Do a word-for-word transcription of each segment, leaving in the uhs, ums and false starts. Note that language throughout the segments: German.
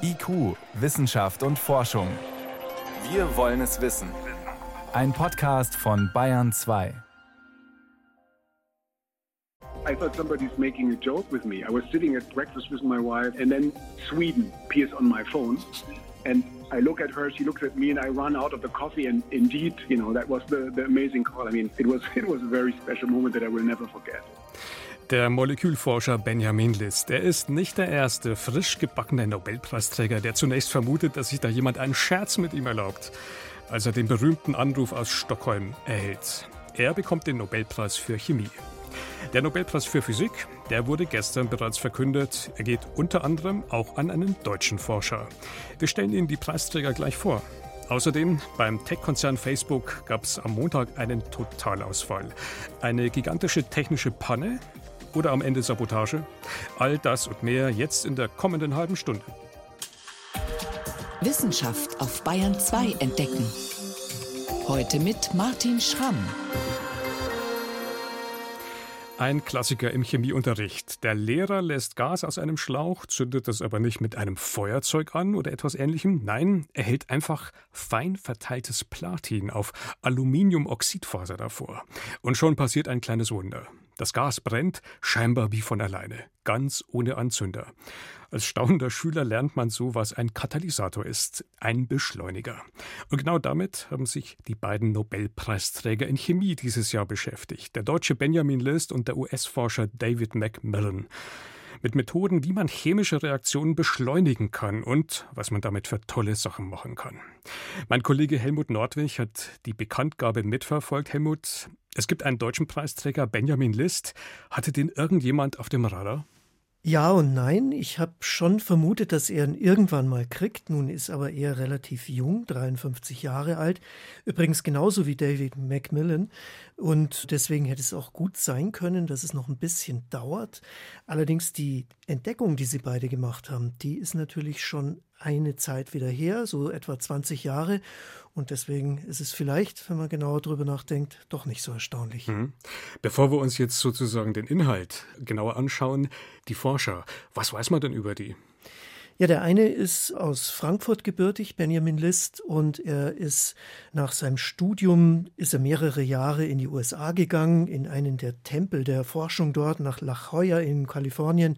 I Q, Wissenschaft und Forschung. Wir wollen es wissen. Ein Podcast von Bayern zwei. I thought somebody's making a joke with me. I was sitting at breakfast with my wife and then Sweden appears on my phone and I look at her, she looks at me and I run out of the coffee and indeed, you know, that was the, the amazing call. I mean, it was, it was a very special moment that I will never forget. Der Molekülforscher Benjamin List, er ist nicht der erste frisch gebackene Nobelpreisträger, der zunächst vermutet, dass sich da jemand einen Scherz mit ihm erlaubt, als er den berühmten Anruf aus Stockholm erhält. Er bekommt den Nobelpreis für Chemie. Der Nobelpreis für Physik, der wurde gestern bereits verkündet. Er geht unter anderem auch an einen deutschen Forscher. Wir stellen Ihnen die Preisträger gleich vor. Außerdem, beim Tech-Konzern Facebook gab es am Montag einen Totalausfall. Eine gigantische technische Panne oder am Ende Sabotage? All das und mehr jetzt in der kommenden halben Stunde. Wissenschaft auf Bayern zwei entdecken. Heute mit Martin Schramm. Ein Klassiker im Chemieunterricht. Der Lehrer lässt Gas aus einem Schlauch, zündet das aber nicht mit einem Feuerzeug an oder etwas Ähnlichem. Nein, er hält einfach fein verteiltes Platin auf Aluminiumoxidfaser davor. Und schon passiert ein kleines Wunder. Das Gas brennt scheinbar wie von alleine, ganz ohne Anzünder. Als staunender Schüler lernt man so, was ein Katalysator ist, ein Beschleuniger. Und genau damit haben sich die beiden Nobelpreisträger in Chemie dieses Jahr beschäftigt. Der deutsche Benjamin List und der U S-Forscher David McMillan. Mit Methoden, wie man chemische Reaktionen beschleunigen kann und was man damit für tolle Sachen machen kann. Mein Kollege Helmut Nordwig hat die Bekanntgabe mitverfolgt. Helmut, es gibt einen deutschen Preisträger, Benjamin List. Hatte den irgendjemand auf dem Radar? Ja und nein. Ich habe schon vermutet, dass er ihn irgendwann mal kriegt. Nun ist aber er relativ jung, dreiundfünfzig Jahre alt. Übrigens genauso wie David McMillan. Und deswegen hätte es auch gut sein können, dass es noch ein bisschen dauert. Allerdings die Entdeckung, die sie beide gemacht haben, die ist natürlich schon eine Zeit wieder her, so etwa zwanzig Jahre. Und deswegen ist es vielleicht, wenn man genauer drüber nachdenkt, doch nicht so erstaunlich. Mhm. Bevor wir uns jetzt sozusagen den Inhalt genauer anschauen, die Forscher, was weiß man denn über die? Ja, der eine ist aus Frankfurt gebürtig, Benjamin List, und er ist nach seinem Studium, ist er mehrere Jahre in die U S A gegangen, in einen der Tempel der Forschung dort, nach La Jolla in Kalifornien.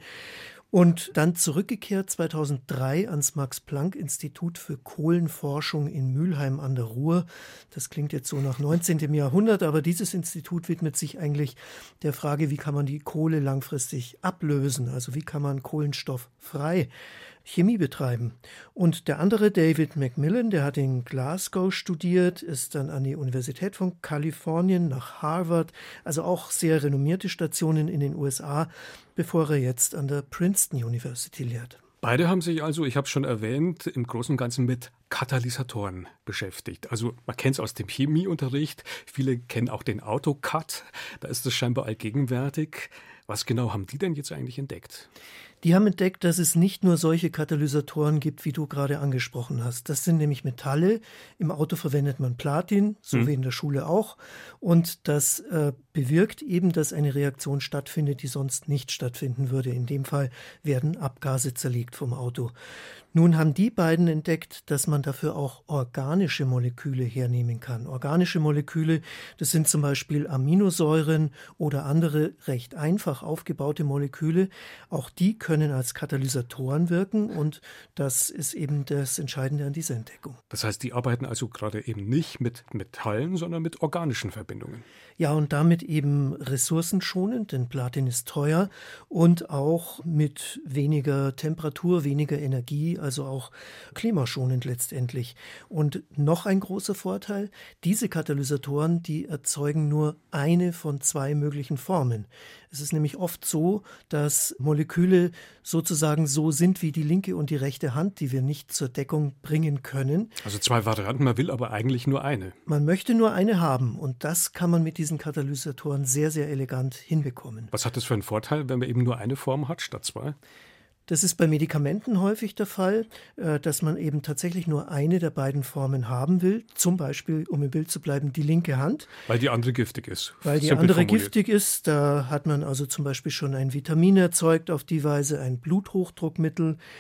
Und dann zurückgekehrt zweitausenddrei ans Max-Planck-Institut für Kohlenforschung in Mülheim an der Ruhr. Das klingt jetzt so nach neunzehnten Jahrhundert, aber dieses Institut widmet sich eigentlich der Frage, wie kann man die Kohle langfristig ablösen, also wie kann man kohlenstofffrei Chemie betreiben. Und der andere, David McMillan, der hat in Glasgow studiert, ist dann an die Universität von Kalifornien nach Harvard, also auch sehr renommierte Stationen in den U S A, bevor er jetzt an der Princeton University lehrt. Beide haben sich also, ich habe es schon erwähnt, im Großen und Ganzen mit Katalysatoren beschäftigt. Also man kennt es aus dem Chemieunterricht, viele kennen auch den AutoCAD, da ist es scheinbar allgegenwärtig. Was genau haben die denn jetzt eigentlich entdeckt? Die haben entdeckt, dass es nicht nur solche Katalysatoren gibt, wie du gerade angesprochen hast. Das sind nämlich Metalle. Im Auto verwendet man Platin, so hm. wie in der Schule auch. Und das äh, bewirkt eben, dass eine Reaktion stattfindet, die sonst nicht stattfinden würde. In dem Fall werden Abgase zerlegt vom Auto. Nun haben die beiden entdeckt, dass man dafür auch organische Moleküle hernehmen kann. Organische Moleküle, das sind zum Beispiel Aminosäuren oder andere recht einfach aufgebaute Moleküle. Auch die können als Katalysatoren wirken und das ist eben das Entscheidende an dieser Entdeckung. Das heißt, die arbeiten also gerade eben nicht mit Metallen, sondern mit organischen Verbindungen. Ja, und damit eben ressourcenschonend, denn Platin ist teuer und auch mit weniger Temperatur, weniger Energie, also auch klimaschonend letztendlich. Und noch ein großer Vorteil, diese Katalysatoren, die erzeugen nur eine von zwei möglichen Formen. Es ist nämlich oft so, dass Moleküle sozusagen so sind wie die linke und die rechte Hand, die wir nicht zur Deckung bringen können. Also zwei Varianten, man will aber eigentlich nur eine. Man möchte nur eine haben und das kann man mit diesen Katalysatoren sehr, sehr elegant hinbekommen. Was hat das für einen Vorteil, wenn man eben nur eine Form hat statt zwei? Das ist bei Medikamenten häufig der Fall, dass man eben tatsächlich nur eine der beiden Formen haben will. Zum Beispiel, um im Bild zu bleiben, die linke Hand. Weil die andere giftig ist. Weil die andere formuliert. giftig ist. Da hat man also zum Beispiel schon ein Vitamin erzeugt auf die Weise, ein Bluthochdruckmittel.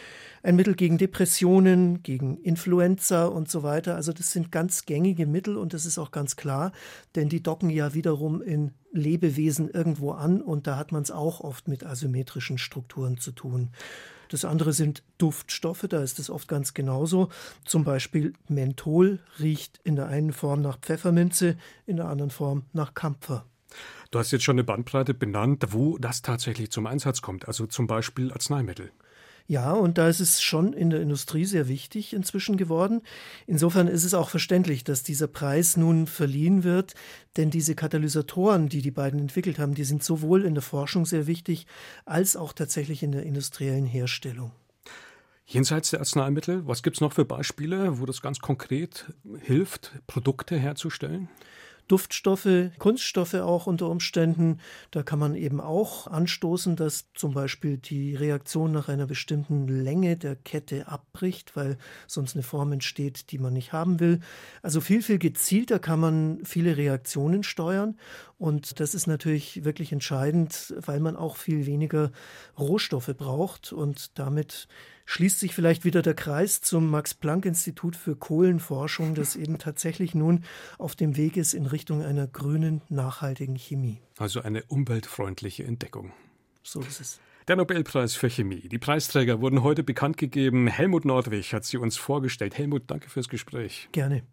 ein Mittel gegen Depressionen, gegen Influenza und so weiter. Also das sind ganz gängige Mittel und das ist auch ganz klar, denn die docken ja wiederum in Lebewesen irgendwo an und da hat man es auch oft mit asymmetrischen Strukturen zu tun. Das andere sind Duftstoffe, da ist es oft ganz genauso. Zum Beispiel Menthol riecht in der einen Form nach Pfefferminze, in der anderen Form nach Kampfer. Du hast jetzt schon eine Bandbreite benannt, wo das tatsächlich zum Einsatz kommt, also zum Beispiel Arzneimittel. Ja, und da ist es schon in der Industrie sehr wichtig inzwischen geworden. Insofern ist es auch verständlich, dass dieser Preis nun verliehen wird, denn diese Katalysatoren, die die beiden entwickelt haben, die sind sowohl in der Forschung sehr wichtig, als auch tatsächlich in der industriellen Herstellung. Jenseits der Arzneimittel, was gibt es noch für Beispiele, wo das ganz konkret hilft, Produkte herzustellen? Duftstoffe, Kunststoffe auch unter Umständen. Da kann man eben auch anstoßen, dass zum Beispiel die Reaktion nach einer bestimmten Länge der Kette abbricht, weil sonst eine Form entsteht, die man nicht haben will. Also viel, viel gezielter kann man viele Reaktionen steuern. Und das ist natürlich wirklich entscheidend, weil man auch viel weniger Rohstoffe braucht. Und damit schließt sich vielleicht wieder der Kreis zum Max-Planck-Institut für Kohlenforschung, das eben tatsächlich nun auf dem Weg ist in Richtung einer grünen, nachhaltigen Chemie. Also eine umweltfreundliche Entdeckung. So ist es. Der Nobelpreis für Chemie. Die Preisträger wurden heute bekannt gegeben. Helmut Nordwig hat sie uns vorgestellt. Helmut, danke fürs Gespräch. Gerne.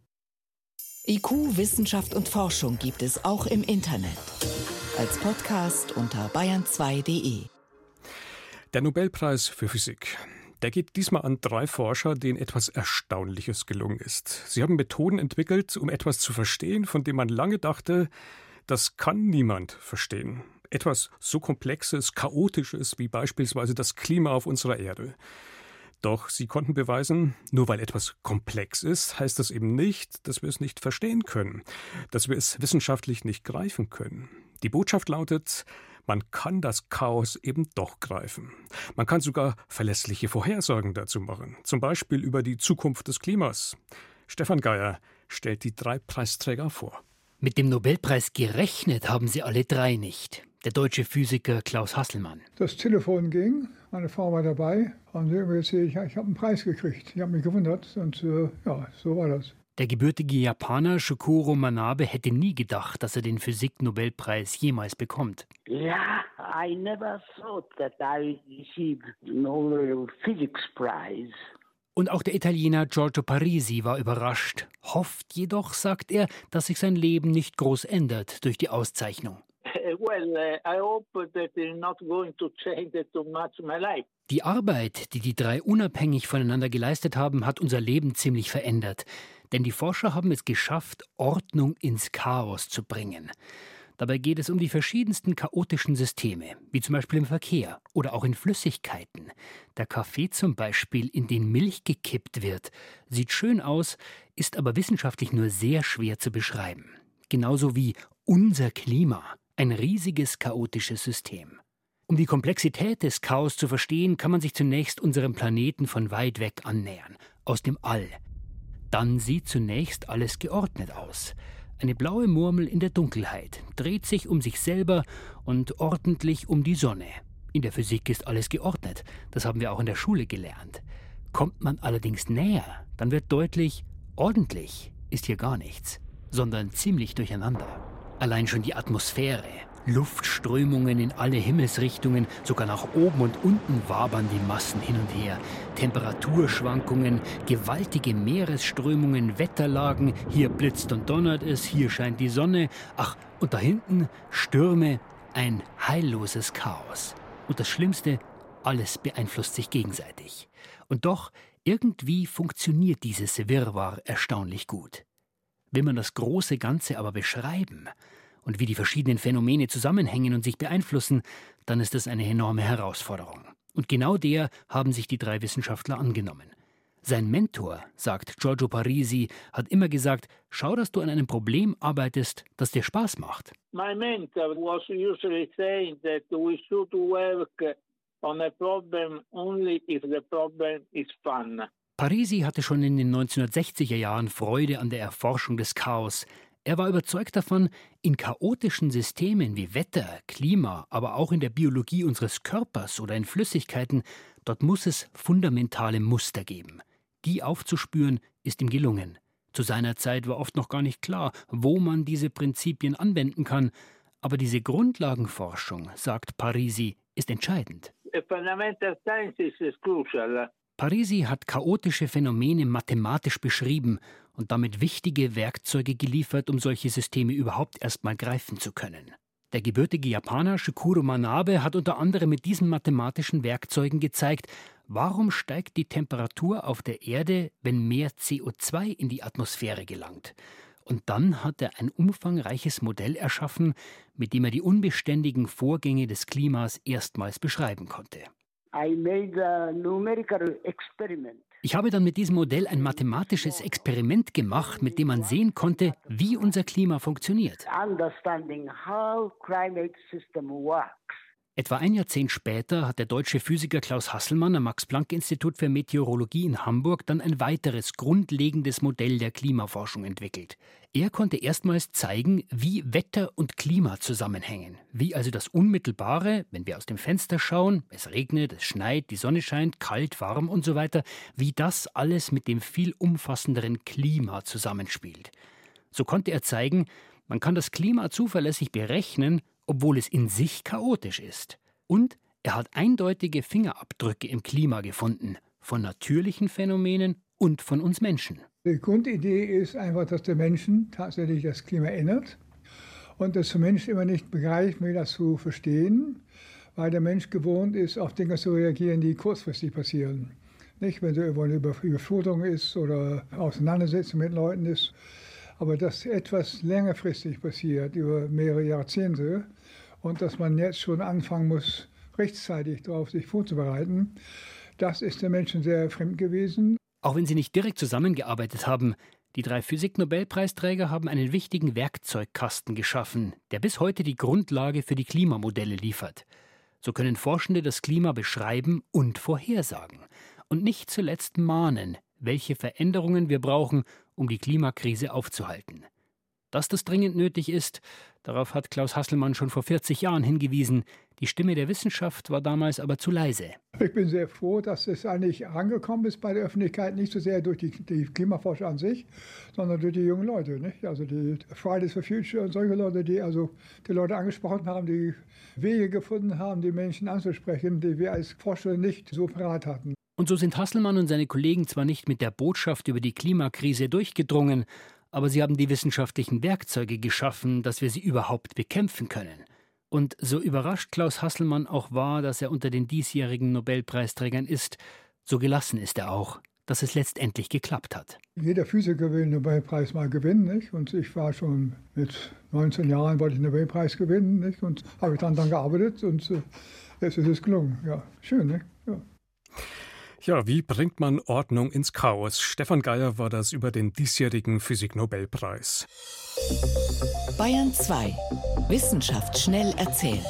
I Q, Wissenschaft und Forschung gibt es auch im Internet. Als Podcast unter bayern zwei punkt de. Der Nobelpreis für Physik. Der geht diesmal an drei Forscher, denen etwas Erstaunliches gelungen ist. Sie haben Methoden entwickelt, um etwas zu verstehen, von dem man lange dachte, das kann niemand verstehen. Etwas so Komplexes, Chaotisches wie beispielsweise das Klima auf unserer Erde. Doch sie konnten beweisen, nur weil etwas komplex ist, heißt das eben nicht, dass wir es nicht verstehen können, dass wir es wissenschaftlich nicht greifen können. Die Botschaft lautet: Man kann das Chaos eben doch greifen. Man kann sogar verlässliche Vorhersagen dazu machen, zum Beispiel über die Zukunft des Klimas. Stefan Geier stellt die drei Preisträger vor. Mit dem Nobelpreis gerechnet haben sie alle drei nicht. Der deutsche Physiker Klaus Hasselmann. Das Telefon ging, meine Frau war dabei und irgendwie sehe ich, ich habe einen Preis gekriegt. Ich habe mich gewundert und äh, ja, so war das. Der gebürtige Japaner Shokuro Manabe hätte nie gedacht, dass er den Physik-Nobelpreis jemals bekommt. Yeah, I never thought that I received Nobel Physics Prize. Und auch der Italiener Giorgio Parisi war überrascht, hofft jedoch, sagt er, dass sich sein Leben nicht groß ändert durch die Auszeichnung. Well, I hope that it's not going to change too much my life. Die Arbeit, die die drei unabhängig voneinander geleistet haben, hat unser Leben ziemlich verändert. Denn die Forscher haben es geschafft, Ordnung ins Chaos zu bringen. Dabei geht es um die verschiedensten chaotischen Systeme, wie zum Beispiel im Verkehr oder auch in Flüssigkeiten. Der Kaffee zum Beispiel, in den Milch gekippt wird, sieht schön aus, ist aber wissenschaftlich nur sehr schwer zu beschreiben. Genauso wie unser Klima, ein riesiges chaotisches System. Um die Komplexität des Chaos zu verstehen, kann man sich zunächst unserem Planeten von weit weg annähern, aus dem All. Dann sieht zunächst alles geordnet aus. Eine blaue Murmel in der Dunkelheit dreht sich um sich selber und ordentlich um die Sonne. In der Physik ist alles geordnet, das haben wir auch in der Schule gelernt. Kommt man allerdings näher, dann wird deutlich, ordentlich ist hier gar nichts, sondern ziemlich durcheinander. Allein schon die Atmosphäre, Luftströmungen in alle Himmelsrichtungen, sogar nach oben und unten wabern die Massen hin und her. Temperaturschwankungen, gewaltige Meeresströmungen, Wetterlagen, hier blitzt und donnert es, hier scheint die Sonne. Ach, und da hinten Stürme, ein heilloses Chaos. Und das Schlimmste, alles beeinflusst sich gegenseitig. Und doch, irgendwie funktioniert dieses Wirrwarr erstaunlich gut. Will man das große Ganze aber beschreiben und wie die verschiedenen Phänomene zusammenhängen und sich beeinflussen, dann ist das eine enorme Herausforderung. Und genau der haben sich die drei Wissenschaftler angenommen. Sein Mentor, sagt Giorgio Parisi, hat immer gesagt, schau, dass du an einem Problem arbeitest, das dir Spaß macht. My mentor was usually saying that we should work on a problem only if the problem is fun. Parisi hatte schon in den neunzehnhundertsechziger Jahren Freude an der Erforschung des Chaos. Er war überzeugt davon, in chaotischen Systemen wie Wetter, Klima, aber auch in der Biologie unseres Körpers oder in Flüssigkeiten Dort muss es fundamentale Muster geben. Die aufzuspüren, ist ihm gelungen. Zu seiner Zeit war oft noch gar nicht klar, wo man diese Prinzipien anwenden kann. Aber diese Grundlagenforschung, sagt Parisi, ist entscheidend. Fundamental science is crucial. Parisi hat chaotische Phänomene mathematisch beschrieben und damit wichtige Werkzeuge geliefert, um solche Systeme überhaupt erst mal greifen zu können. Der gebürtige Japaner Shukuro Manabe hat unter anderem mit diesen mathematischen Werkzeugen gezeigt, warum steigt die Temperatur auf der Erde, wenn mehr C O zwei in die Atmosphäre gelangt. Und dann hat er ein umfangreiches Modell erschaffen, mit dem er die unbeständigen Vorgänge des Klimas erstmals beschreiben konnte. I made a numerical experiment. Ich habe dann mit diesem Modell ein mathematisches Experiment gemacht, mit dem man sehen konnte, wie unser Klima funktioniert. Understanding how climate system works. Etwa ein Jahrzehnt später hat der deutsche Physiker Klaus Hasselmann am Max-Planck-Institut für Meteorologie in Hamburg dann ein weiteres grundlegendes Modell der Klimaforschung entwickelt. Er konnte erstmals zeigen, wie Wetter und Klima zusammenhängen. Wie also das Unmittelbare, wenn wir aus dem Fenster schauen, es regnet, es schneit, die Sonne scheint, kalt, warm und so weiter, wie das alles mit dem viel umfassenderen Klima zusammenspielt. So konnte er zeigen, man kann das Klima zuverlässig berechnen, obwohl es in sich chaotisch ist. Und er hat eindeutige Fingerabdrücke im Klima gefunden, von natürlichen Phänomenen und von uns Menschen. Die Grundidee ist einfach, dass der Menschen tatsächlich das Klima ändert und dass der Mensch immer nicht begreifen will, das zu verstehen, weil der Mensch gewohnt ist, auf Dinge zu reagieren, die kurzfristig passieren. Nicht, wenn so eine Überflutung ist oder Auseinandersetzung mit Leuten ist. Aber dass etwas längerfristig passiert, über mehrere Jahrzehnte, und dass man jetzt schon anfangen muss, rechtzeitig darauf sich vorzubereiten, das ist den Menschen sehr fremd gewesen. Auch wenn sie nicht direkt zusammengearbeitet haben, die drei Physik-Nobelpreisträger haben einen wichtigen Werkzeugkasten geschaffen, der bis heute die Grundlage für die Klimamodelle liefert. So können Forschende das Klima beschreiben und vorhersagen. Und nicht zuletzt mahnen, welche Veränderungen wir brauchen, um die Klimakrise aufzuhalten. Dass das dringend nötig ist, darauf hat Klaus Hasselmann schon vor vierzig Jahren hingewiesen. Die Stimme der Wissenschaft war damals aber zu leise. Ich bin sehr froh, dass es eigentlich angekommen ist bei der Öffentlichkeit, nicht so sehr durch die, die Klimaforscher an sich, sondern durch die jungen Leute. Nicht? Also die Fridays for Future und solche Leute, die also die Leute angesprochen haben, die Wege gefunden haben, die Menschen anzusprechen, die wir als Forscher nicht so parat hatten. Und so sind Hasselmann und seine Kollegen zwar nicht mit der Botschaft über die Klimakrise durchgedrungen, aber sie haben die wissenschaftlichen Werkzeuge geschaffen, dass wir sie überhaupt bekämpfen können. Und so überrascht Klaus Hasselmann auch war, dass er unter den diesjährigen Nobelpreisträgern ist, so gelassen ist er auch, dass es letztendlich geklappt hat. Jeder Physiker will den Nobelpreis mal gewinnen, nicht? Und ich war schon mit neunzehn Jahren, wollte ich den Nobelpreis gewinnen, nicht? Und habe ich dann daran gearbeitet und äh, jetzt ist es gelungen. Ja, schön, nicht? Ja. Ja, wie bringt man Ordnung ins Chaos? Stefan Geier war das über den diesjährigen Physik-Nobelpreis. Bayern zwei. Wissenschaft schnell erzählt.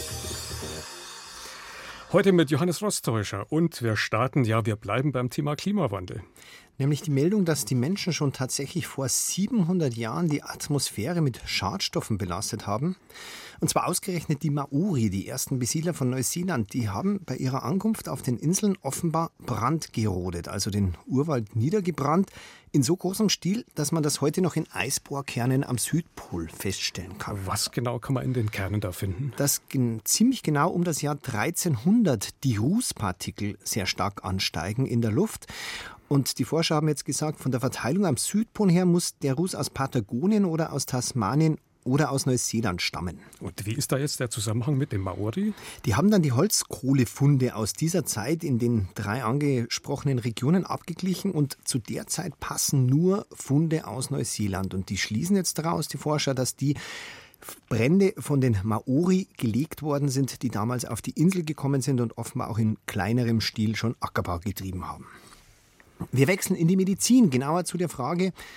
Heute mit Johannes Rostäuscher und wir starten, ja, wir bleiben beim Thema Klimawandel. Nämlich die Meldung, dass die Menschen schon tatsächlich vor siebenhundert Jahren die Atmosphäre mit Schadstoffen belastet haben. Und zwar ausgerechnet die Maori, die ersten Besiedler von Neuseeland, die haben bei ihrer Ankunft auf den Inseln offenbar Brand gerodet, also den Urwald niedergebrannt, in so großem Stil, dass man das heute noch in Eisbohrkernen am Südpol feststellen kann. Was genau kann man in den Kernen da finden? Dass ziemlich genau um das Jahr dreizehnhundert die Rußpartikel sehr stark ansteigen in der Luft. Und die Forscher haben jetzt gesagt, von der Verteilung am Südpol her muss der Ruß aus Patagonien oder aus Tasmanien oder aus Neuseeland stammen. Und wie ist da jetzt der Zusammenhang mit den Maori? Die haben dann die Holzkohlefunde aus dieser Zeit in den drei angesprochenen Regionen abgeglichen und zu der Zeit passen nur Funde aus Neuseeland. Und die schließen jetzt daraus, die Forscher, dass die Brände von den Maori gelegt worden sind, die damals auf die Insel gekommen sind und offenbar auch in kleinerem Stil schon Ackerbau getrieben haben. Wir wechseln in die Medizin, genauer zu der Frage,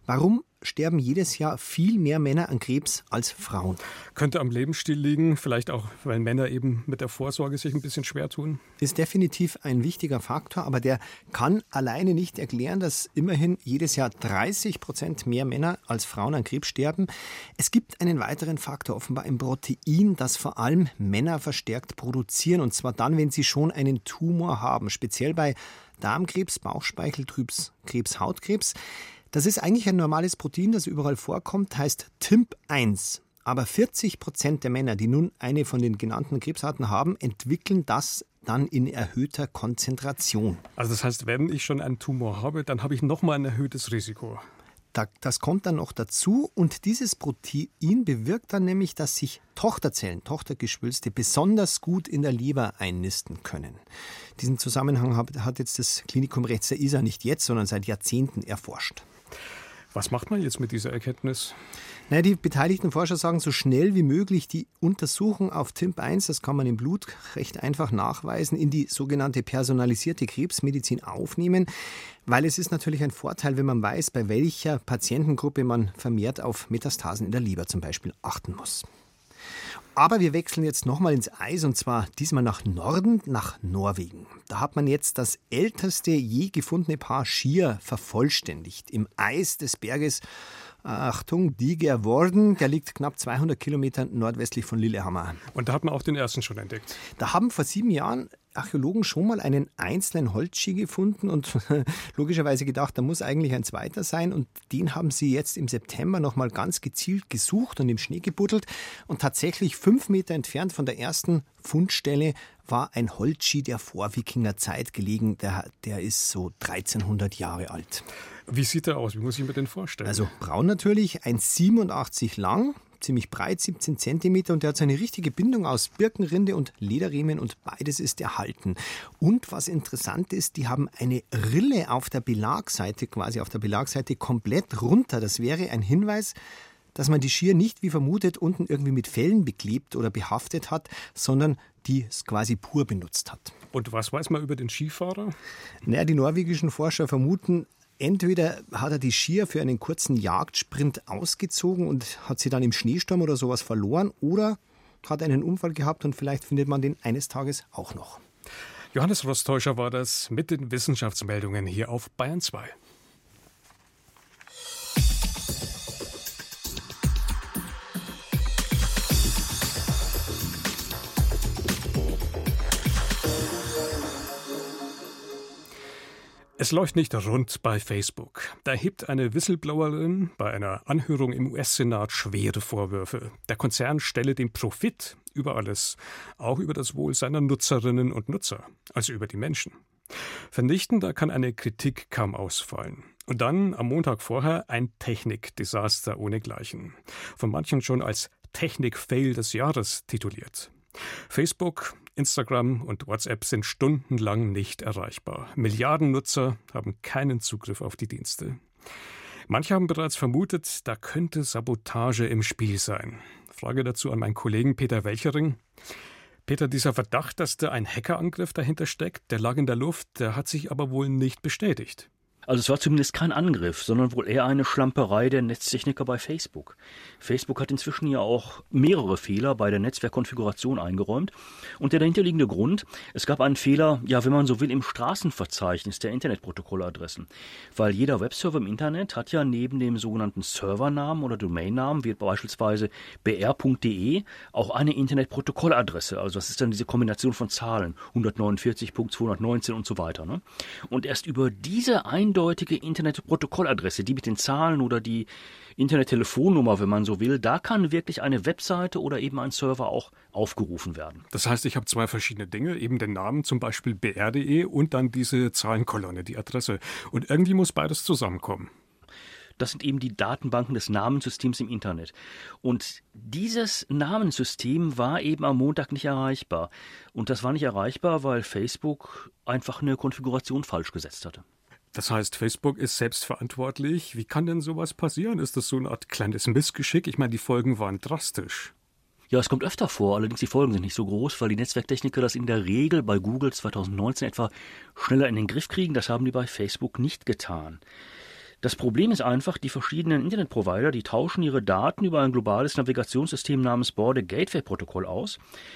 Warum sterben jedes Jahr viel mehr Männer an Krebs als Frauen? Könnte am Lebensstil liegen, vielleicht auch, weil Männer eben mit der Vorsorge sich ein bisschen schwer tun. Ist definitiv ein wichtiger Faktor, aber der kann alleine nicht erklären, dass immerhin jedes Jahr dreißig Prozent mehr Männer als Frauen an Krebs sterben. Es gibt einen weiteren Faktor, offenbar ein Protein, das vor allem Männer verstärkt produzieren, und zwar dann, wenn sie schon einen Tumor haben, speziell bei Darmkrebs, Bauchspeicheldrüse, Krebs, Hautkrebs. Das ist eigentlich ein normales Protein, das überall vorkommt, heißt T Y M P eins. Aber vierzig Prozent der Männer, die nun eine von den genannten Krebsarten haben, entwickeln das dann in erhöhter Konzentration. Also das heißt, wenn ich schon einen Tumor habe, dann habe ich nochmal ein erhöhtes Risiko. Das kommt dann noch dazu, und dieses Protein bewirkt dann nämlich, dass sich Tochterzellen, Tochtergeschwülste besonders gut in der Leber einnisten können. Diesen Zusammenhang hat jetzt das Klinikum rechts der Isar nicht jetzt, sondern seit Jahrzehnten erforscht. Was macht man jetzt mit dieser Erkenntnis? Naja, die beteiligten Forscher sagen, so schnell wie möglich die Untersuchung auf T Y M P eins, das kann man im Blut recht einfach nachweisen, in die sogenannte personalisierte Krebsmedizin aufnehmen, weil es ist natürlich ein Vorteil, wenn man weiß, bei welcher Patientengruppe man vermehrt auf Metastasen in der Leber zum Beispiel achten muss. Aber wir wechseln jetzt nochmal ins Eis, und zwar diesmal nach Norden, nach Norwegen. Da hat man jetzt das älteste je gefundene Paar Skier vervollständigt. Im Eis des Berges, Achtung, Digervorden, der liegt knapp zweihundert Kilometer nordwestlich von Lillehammer. Und da hat man auch den ersten schon entdeckt. Da haben vor sieben Jahren Archäologen schon mal einen einzelnen Holzski gefunden und logischerweise gedacht, da muss eigentlich ein zweiter sein, und den haben sie jetzt im September noch mal ganz gezielt gesucht und im Schnee gebuddelt, und tatsächlich fünf Meter entfernt von der ersten Fundstelle war ein Holzski der Vorwikingerzeit gelegen, der, der ist so dreizehnhundert Jahre alt. Wie sieht der aus? Wie muss ich mir den vorstellen? Also braun natürlich, eins Komma siebenundachtzig lang, ziemlich breit, siebzehn Zentimeter, und der hat so eine richtige Bindung aus Birkenrinde und Lederriemen, und beides ist erhalten. Und was interessant ist, die haben eine Rille auf der Belagseite, quasi auf der Belagseite komplett runter. Das wäre ein Hinweis, dass man die Skier nicht, wie vermutet, unten irgendwie mit Fellen beklebt oder behaftet hat, sondern die es quasi pur benutzt hat. Und was weiß man über den Skifahrer? Naja, die norwegischen Forscher vermuten, entweder hat er die Skier für einen kurzen Jagdsprint ausgezogen und hat sie dann im Schneesturm oder sowas verloren, oder hat einen Unfall gehabt und vielleicht findet man den eines Tages auch noch. Johannes Rostäuscher war das mit den Wissenschaftsmeldungen hier auf Bayern zwei. Es läuft nicht rund bei Facebook. Da hebt eine Whistleblowerin bei einer Anhörung im U S-Senat schwere Vorwürfe. Der Konzern stelle den Profit über alles, auch über das Wohl seiner Nutzerinnen und Nutzer, also über die Menschen. Vernichtender kann eine Kritik kaum ausfallen. Und dann am Montag vorher ein Technikdesaster ohnegleichen. Von manchen schon als Technik-Fail des Jahres tituliert. Facebook, Instagram und WhatsApp sind stundenlang nicht erreichbar. Milliarden Nutzer haben keinen Zugriff auf die Dienste. Manche haben bereits vermutet, da könnte Sabotage im Spiel sein. Frage dazu an meinen Kollegen Peter Welchering. Peter, dieser Verdacht, dass da ein Hackerangriff dahinter steckt, der lag in der Luft, der hat sich aber wohl nicht bestätigt. Also es war zumindest kein Angriff, sondern wohl eher eine Schlamperei der Netztechniker bei Facebook. Facebook hat inzwischen ja auch mehrere Fehler bei der Netzwerkkonfiguration eingeräumt. Und der dahinterliegende Grund, es gab einen Fehler, ja, wenn man so will, im Straßenverzeichnis der Internetprotokolladressen. Weil jeder Webserver im Internet hat ja neben dem sogenannten Servernamen oder Domainnamen, wie beispielsweise b r punkt d e, auch eine Internetprotokolladresse. Also das ist dann diese Kombination von Zahlen, hundertneunundvierzig Punkt zweihundertneunzehn und so weiter. Ne? Und erst über diese ein eindeutige Internetprotokolladresse, die mit den Zahlen oder die Internettelefonnummer, wenn man so will, da kann wirklich eine Webseite oder eben ein Server auch aufgerufen werden. Das heißt, ich habe zwei verschiedene Dinge, eben den Namen, zum Beispiel b r punkt d e und dann diese Zahlenkolonne, die Adresse. Und irgendwie muss beides zusammenkommen. Das sind eben die Datenbanken des Namenssystems im Internet. Und dieses Namenssystem war eben am Montag nicht erreichbar. Und das war nicht erreichbar, weil Facebook einfach eine Konfiguration falsch gesetzt hatte. Das heißt, Facebook ist selbstverantwortlich. Wie kann denn sowas passieren? Ist das so eine Art kleines Missgeschick? Ich meine, die Folgen waren drastisch. Ja, es kommt öfter vor, allerdings die Folgen sind nicht so groß, weil die Netzwerktechniker das in der Regel bei Google zwanzig neunzehn etwa schneller in den Griff kriegen. Das haben die bei Facebook nicht getan. Das Problem ist einfach, die verschiedenen Internetprovider, die tauschen ihre Daten über ein globales Navigationssystem namens Border Gateway Protokoll aus.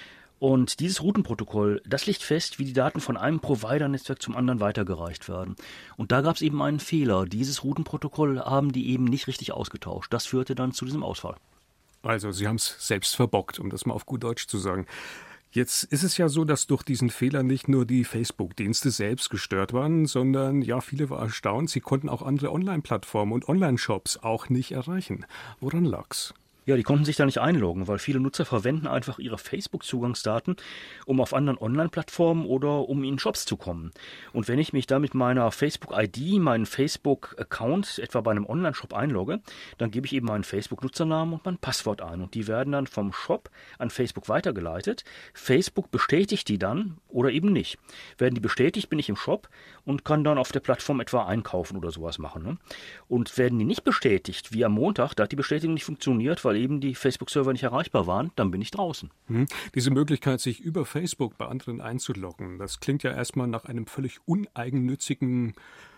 Und dieses Routenprotokoll, das legt fest, wie die Daten von einem Provider-Netzwerk zum anderen weitergereicht werden. Und da gab es eben einen Fehler. Dieses Routenprotokoll haben die eben nicht richtig ausgetauscht. Das führte dann zu diesem Ausfall. Also, Sie haben es selbst verbockt, um das mal auf gut Deutsch zu sagen. Jetzt ist es ja so, dass durch diesen Fehler nicht nur die Facebook-Dienste selbst gestört waren, sondern ja, viele waren erstaunt, sie konnten auch andere Online-Plattformen und Online-Shops auch nicht erreichen. Woran lag's? Ja, die konnten sich da nicht einloggen, weil viele Nutzer verwenden einfach ihre Facebook-Zugangsdaten, um auf anderen Online-Plattformen oder um in Shops zu kommen. Und wenn ich mich da mit meiner Facebook-I D, meinen Facebook-Account etwa bei einem Online-Shop einlogge, dann gebe ich eben meinen Facebook-Nutzernamen und mein Passwort ein. Und die werden dann vom Shop an Facebook weitergeleitet. Facebook bestätigt die dann oder eben nicht. Werden die bestätigt, bin ich im Shop und kann dann auf der Plattform etwa einkaufen oder sowas machen. Ne? Und werden die nicht bestätigt, wie am Montag, da hat die Bestätigung nicht funktioniert, weil eben die Facebook-Server nicht erreichbar waren, dann bin ich draußen. Hm. Diese Möglichkeit, sich über Facebook bei anderen einzuloggen, das klingt ja erstmal nach einem völlig uneigennützigen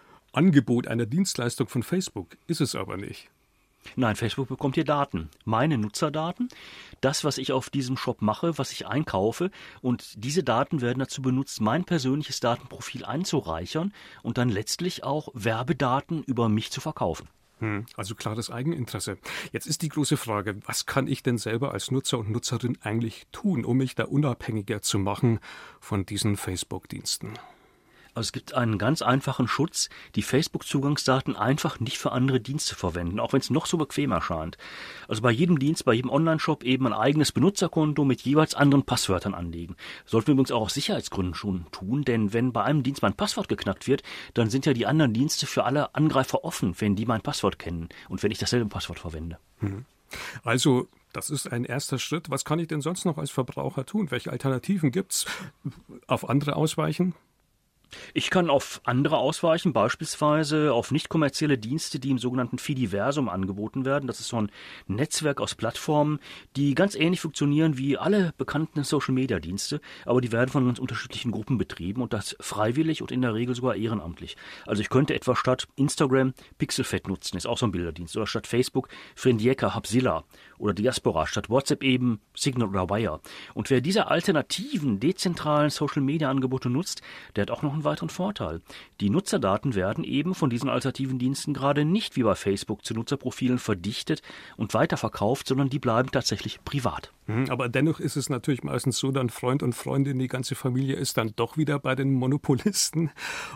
Angebot einer Dienstleistung von Facebook. Ist es aber nicht. Nein, Facebook bekommt hier Daten, meine Nutzerdaten, das, was ich auf diesem Shop mache, was ich einkaufe, und diese Daten werden dazu benutzt, mein persönliches Datenprofil einzureichern und dann letztlich auch Werbedaten über mich zu verkaufen. Also klares Eigeninteresse. Jetzt ist die große Frage, was kann ich denn selber als Nutzer und Nutzerin eigentlich tun, um mich da unabhängiger zu machen von diesen Facebook-Diensten? Also es gibt einen ganz einfachen Schutz, die Facebook-Zugangsdaten einfach nicht für andere Dienste verwenden, auch wenn es noch so bequem erscheint. Also bei jedem Dienst, bei jedem Online-Shop eben ein eigenes Benutzerkonto mit jeweils anderen Passwörtern anlegen. Sollten wir übrigens auch aus Sicherheitsgründen schon tun, denn wenn bei einem Dienst mein Passwort geknackt wird, dann sind ja die anderen Dienste für alle Angreifer offen, wenn die mein Passwort kennen und wenn ich dasselbe Passwort verwende. Also das ist ein erster Schritt. Was kann ich denn sonst noch als Verbraucher tun? Welche Alternativen gibt's? Auf andere ausweichen? Ich kann auf andere ausweichen, beispielsweise auf nicht kommerzielle Dienste, die im sogenannten Fidiversum angeboten werden. Das ist so ein Netzwerk aus Plattformen, die ganz ähnlich funktionieren wie alle bekannten Social-Media-Dienste, aber die werden von ganz unterschiedlichen Gruppen betrieben und das freiwillig und in der Regel sogar ehrenamtlich. Also ich könnte etwa statt Instagram Pixelfed nutzen, ist auch so ein Bilderdienst, oder statt Facebook Friendieka, Hubzilla oder Diaspora, statt WhatsApp eben Signal oder Wire. Und wer diese alternativen, dezentralen Social-Media-Angebote nutzt, der hat auch noch einen weiteren Vorteil. Die Nutzerdaten werden eben von diesen alternativen Diensten gerade nicht wie bei Facebook zu Nutzerprofilen verdichtet und weiterverkauft, sondern die bleiben tatsächlich privat. Aber dennoch ist es natürlich meistens so, dann Freund und Freundin, die ganze Familie ist dann doch wieder bei den Monopolisten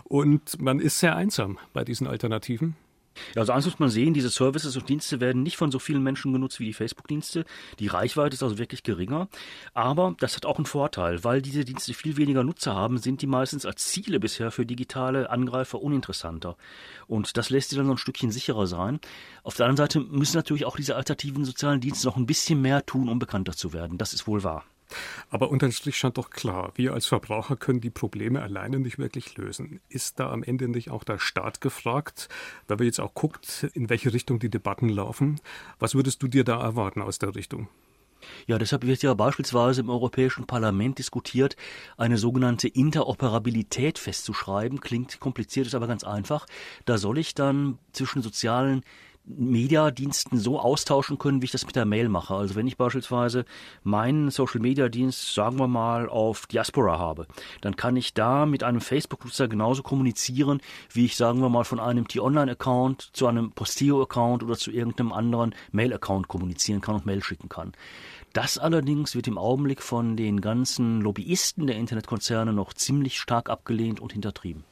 und man ist sehr einsam bei diesen Alternativen. Ja, also eins muss man sehen, diese Services und Dienste werden nicht von so vielen Menschen genutzt wie die Facebook-Dienste. Die Reichweite ist also wirklich geringer. Aber das hat auch einen Vorteil, weil diese Dienste viel weniger Nutzer haben, sind die meistens als Ziele bisher für digitale Angreifer uninteressanter. Und das lässt sie dann so ein Stückchen sicherer sein. Auf der anderen Seite müssen natürlich auch diese alternativen sozialen Dienste noch ein bisschen mehr tun, um bekannter zu werden. Das ist wohl wahr. Aber unterm Strich stand doch klar, wir als Verbraucher können die Probleme alleine nicht wirklich lösen. Ist da am Ende nicht auch der Staat gefragt, weil wir jetzt auch guckt, in welche Richtung die Debatten laufen? Was würdest du dir da erwarten aus der Richtung? Ja, deshalb wird ja beispielsweise im Europäischen Parlament diskutiert, eine sogenannte Interoperabilität festzuschreiben. Klingt kompliziert, ist aber ganz einfach. Da soll ich dann zwischen sozialen Mediadiensten so austauschen können, wie ich das mit der Mail mache. Also wenn ich beispielsweise meinen Social-Media-Dienst, sagen wir mal, auf Diaspora habe, dann kann ich da mit einem Facebook-Nutzer genauso kommunizieren, wie ich, sagen wir mal, von einem T-Online-Account zu einem Posteo-Account oder zu irgendeinem anderen Mail-Account kommunizieren kann und Mail schicken kann. Das allerdings wird im Augenblick von den ganzen Lobbyisten der Internetkonzerne noch ziemlich stark abgelehnt und hintertrieben.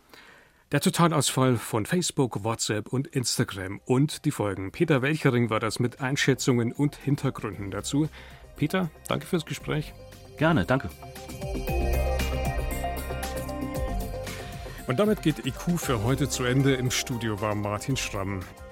Der Totalausfall von Facebook, WhatsApp und Instagram und die Folgen. Peter Welchering war das mit Einschätzungen und Hintergründen dazu. Peter, danke fürs Gespräch. Gerne, danke. Und damit geht I Q für heute zu Ende. Im Studio war Martin Schramm.